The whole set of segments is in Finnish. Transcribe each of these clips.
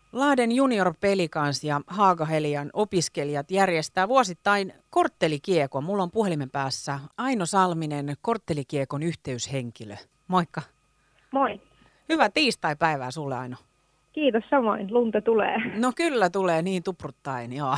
Lahden Junior Pelicans ja Haaga-Helian opiskelijat järjestää vuosittain korttelikiekon. Mulla on puhelimen päässä Aino Salminen, korttelikiekon yhteyshenkilö. Moikka. Moi. Hyvää tiistaipäivää sulle, Aino. Kiitos samoin. Lunta tulee. No kyllä tulee niin tupruttain, joo.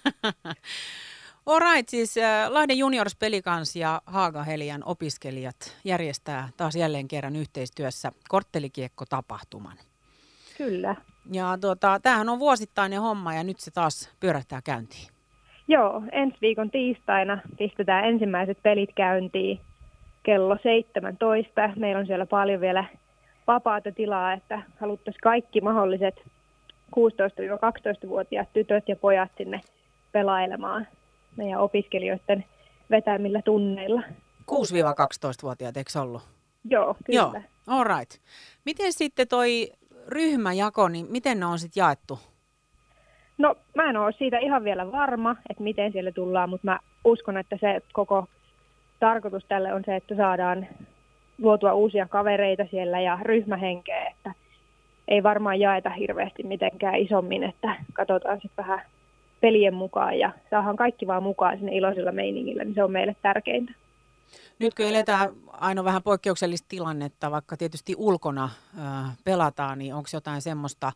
All right, siis Lahden Juniors Pelicans ja Haaga-Helian opiskelijat järjestää taas jälleen kerran yhteistyössä korttelikiekko-tapahtuman. Kyllä. Ja tämähän on vuosittainen homma ja nyt se taas pyörähtää käyntiin. Joo, ensi viikon tiistaina pistetään ensimmäiset pelit käyntiin kello 17. Meillä on siellä paljon vielä vapaata tilaa, että haluttaisiin kaikki mahdolliset 16-12-vuotiaat tytöt ja pojat sinne pelailemaan meidän opiskelijoiden vetämillä tunneilla. 6-12-vuotiaat, eikö se ollut? Joo, kyllä. Joo, all right. Miten sitten toi ryhmäjako, niin miten ne on sitten jaettu? No, mä en ole siitä ihan vielä varma, että miten siellä tullaan, mutta mä uskon, että se koko tarkoitus tälle on se, että saadaan luotua uusia kavereita siellä ja ryhmähenkeä, että ei varmaan jaeta hirveästi mitenkään isommin, että katsotaan sitten vähän pelien mukaan ja saadaan kaikki vaan mukaan sinne iloisella meiningillä, niin se on meille tärkeintä. Nyt kun eletään aina vähän poikkeuksellista tilannetta, vaikka tietysti ulkona pelataan, niin onko jotain semmoista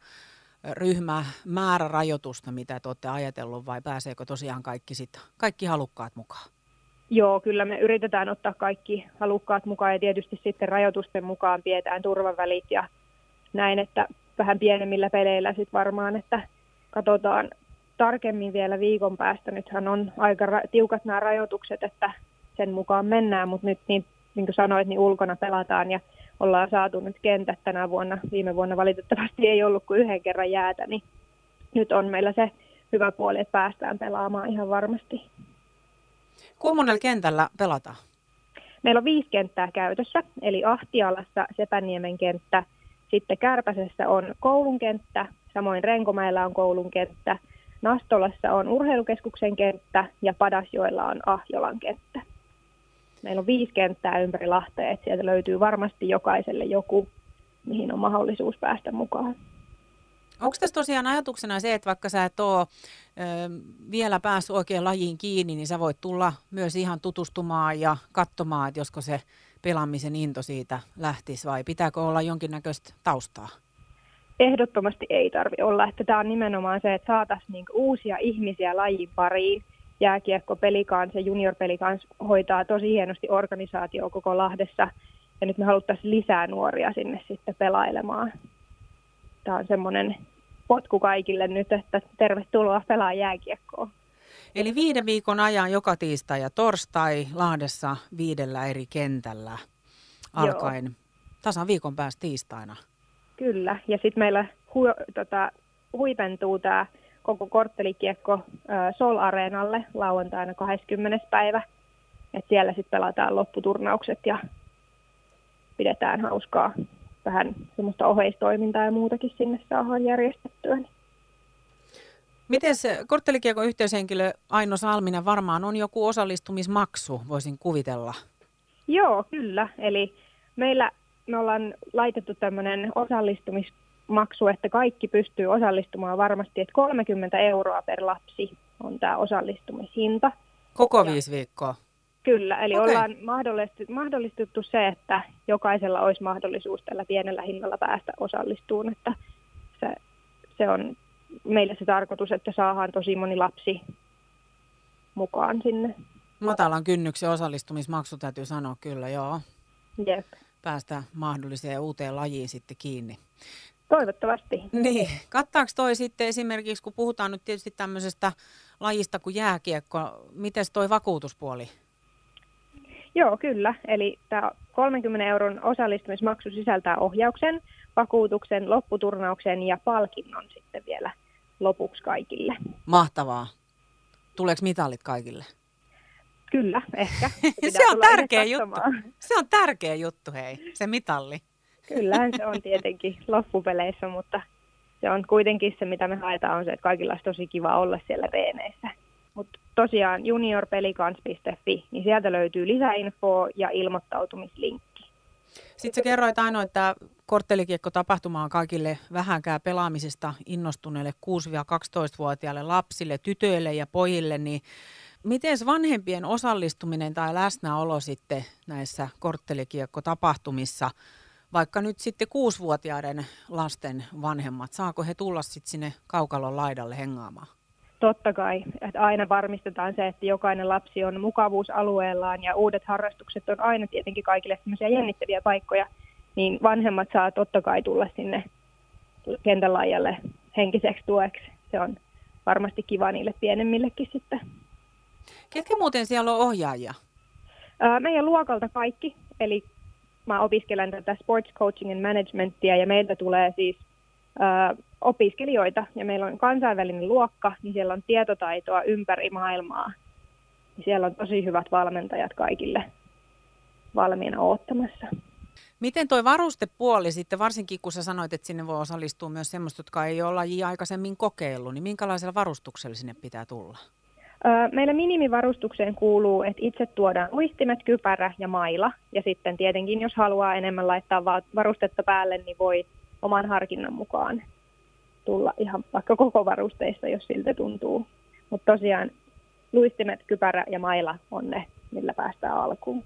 ryhmämäärärajoitusta, mitä te olette ajatellut, vai pääseekö tosiaan kaikki halukkaat mukaan? Joo, kyllä me yritetään ottaa kaikki halukkaat mukaan ja tietysti sitten rajoitusten mukaan pidetään turvavälit ja näin, että vähän pienemmillä peleillä sitten varmaan, että katsotaan tarkemmin vielä viikon päästä. Nythän on aika tiukat nämä rajoitukset, että sen mukaan mennään, mutta nyt niin kuin sanoit, niin ulkona pelataan ja ollaan saatu nyt kentät tänä vuonna. Viime vuonna valitettavasti ei ollut kuin yhden kerran jäätä, niin nyt on meillä se hyvä puoli, että päästään pelaamaan ihan varmasti. Kuinka monella kentällä pelataan? Meillä on 5 kenttää käytössä, eli Ahtialassa Sepäniemen kenttä, sitten Kärpäsessä on koulun kenttä, samoin Renkomäellä on koulun kenttä, Nastolassa on urheilukeskuksen kenttä ja Padasjoella on Ahjolan kenttä. Meillä on 5 kenttää ympäri Lahtea, että sieltä löytyy varmasti jokaiselle joku, mihin on mahdollisuus päästä mukaan. Onko tässä tosiaan ajatuksena se, että vaikka sä et ole vielä päässyt oikein lajiin kiinni, niin sä voit tulla myös ihan tutustumaan ja katsomaan, että josko se pelaamisen into siitä lähtisi vai pitääkö olla jonkinnäköistä taustaa? Ehdottomasti ei tarvitse olla, että tämä on nimenomaan se, että saataisiin niinku uusia ihmisiä lajin pariin. Jääkiekko Pelicans ja Junior Pelicans hoitaa tosi hienosti organisaatio koko Lahdessa ja nyt me haluttaisiin lisää nuoria sinne sitten pelailemaan. Tämä on semmoinen potku kaikille nyt, että tervetuloa pelaa jääkiekkoa. Eli 5 viikon ajan joka tiistai ja torstai Lahdessa 5 eri kentällä alkaen tasan viikon päästä tiistaina. Kyllä, ja sitten meillä huipentuu tämä koko korttelikiekko Sol-areenalle lauantaina 20. päivä. Et siellä sitten pelataan lopputurnaukset ja pidetään hauskaa. Vähän semmoista oheistoimintaa ja muutakin sinne saadaan järjestettyä. Miten se korttelikiekon yhteyshenkilö Aino Salminen varmaan on joku osallistumismaksu, voisin kuvitella? Joo, kyllä. Eli me ollaan laitettu tämmöinen osallistumismaksu, että kaikki pystyy osallistumaan varmasti, että 30 € per lapsi on tämä osallistumishinta. Koko 5 viikkoa? Kyllä, eli ollaan mahdollistettu se, että jokaisella olisi mahdollisuus tällä pienellä hinnalla päästä osallistumaan, että se on meille se tarkoitus, että saadaan tosi moni lapsi mukaan sinne. Matalan kynnyksen osallistumismaksu täytyy sanoa kyllä, joo. Jep. Päästä mahdolliseen uuteen lajiin sitten kiinni. Toivottavasti. Niin. Kattaako toi sitten esimerkiksi, kun puhutaan nyt tietysti tämmöisestä lajista kuin jääkiekko, miten toi vakuutuspuoli? Joo, kyllä. Eli tämä 30 € osallistumismaksu sisältää ohjauksen, vakuutuksen, lopputurnauksen ja palkinnon sitten vielä lopuksi kaikille. Mahtavaa. Tuleeko mitallit kaikille? Kyllä, ehkä. Se on tärkeä juttu. Se on tärkeä juttu, hei, se mitalli. Kyllähän se on tietenkin loppupeleissä, mutta se on kuitenkin se, mitä me haetaan, on se, että kaikilla olisi tosi kiva olla siellä reeneissä. Mutta tosiaan juniorpelicans.fi, niin sieltä löytyy lisäinfoa ja ilmoittautumislinkki. Sitten sä kerroit Aino, että korttelikiekko-tapahtuma on kaikille vähänkään pelaamisesta innostuneille 6-12-vuotiaille lapsille, tytöille ja pojille, niin miten vanhempien osallistuminen tai läsnäolo sitten näissä korttelikiekko-tapahtumissa, vaikka nyt sitten 6-vuotiaiden lasten vanhemmat, saako he tulla sitten sinne kaukalon laidalle hengaamaan? Totta kai, että aina varmistetaan se, että jokainen lapsi on mukavuusalueellaan ja uudet harrastukset on aina tietenkin kaikille sellaisia jännittäviä paikkoja, niin vanhemmat saa totta kai tulla sinne kentän laidalle henkiseksi tueksi. Se on varmasti kiva niille pienemmillekin sitten. Ketkä muuten siellä on ohjaajia? Meidän luokalta kaikki, eli mä opiskelen tätä sports coaching and managementia ja meiltä tulee siis opiskelijoita ja meillä on kansainvälinen luokka, niin siellä on tietotaitoa ympäri maailmaa. Ja siellä on tosi hyvät valmentajat kaikille valmiina oottamassa. Miten toi varustepuoli sitten, varsinkin kun sä sanoit, että sinne voi osallistua myös semmoista, jotka ei ole lajia aikaisemmin kokeillut, niin minkälaisella varustuksella sinne pitää tulla? Meillä minimivarustukseen kuuluu, että itse tuodaan uistimet, kypärä ja maila. Ja sitten tietenkin, jos haluaa enemmän laittaa varustetta päälle, niin voi oman harkinnan mukaan tulla ihan vaikka koko varusteissa, jos siltä tuntuu. Mutta tosiaan luistimet, kypärä ja maila on ne, millä päästään alkuun.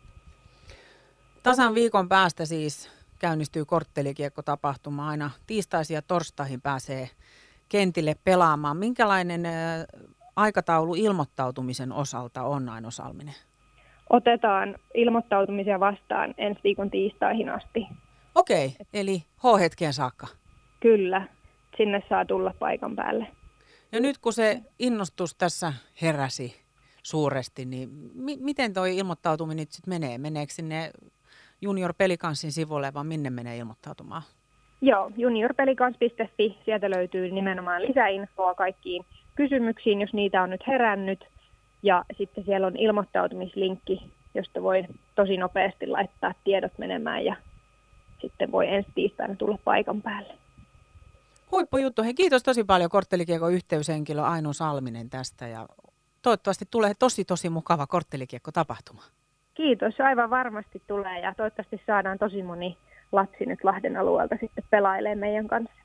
Tasan viikon päästä siis käynnistyy korttelikiekko-tapahtuma. Aina tiistaisin ja torstaihin pääsee kentille pelaamaan. Minkälainen aikataulu ilmoittautumisen osalta on, Aino Salminen? Otetaan ilmoittautumisia vastaan ensi viikon tiistaihin asti. Okei, eli H-hetkeen saakka. Kyllä, sinne saa tulla paikan päälle. Ja nyt kun se innostus tässä heräsi suuresti, niin miten toi ilmoittautuminen nyt sitten menee? Meneekö sinne Junior Pelicansin sivulle vai minne menee ilmoittautumaan? Joo, juniorpelicans.fi, sieltä löytyy nimenomaan lisäinfoa kaikkiin kysymyksiin, jos niitä on nyt herännyt. Ja sitten siellä on ilmoittautumislinkki, josta voi tosi nopeasti laittaa tiedot menemään ja sitten voi ensi tiistaina tulla paikan päälle. Huippujuttu. Hei, kiitos tosi paljon korttelikiekon yhteyshenkilö Aino Salminen tästä ja toivottavasti tulee tosi mukava korttelikiekko-tapahtuma. Kiitos, aivan varmasti tulee ja toivottavasti saadaan tosi moni lapsi nyt Lahden alueelta sitten pelailemaan meidän kanssa.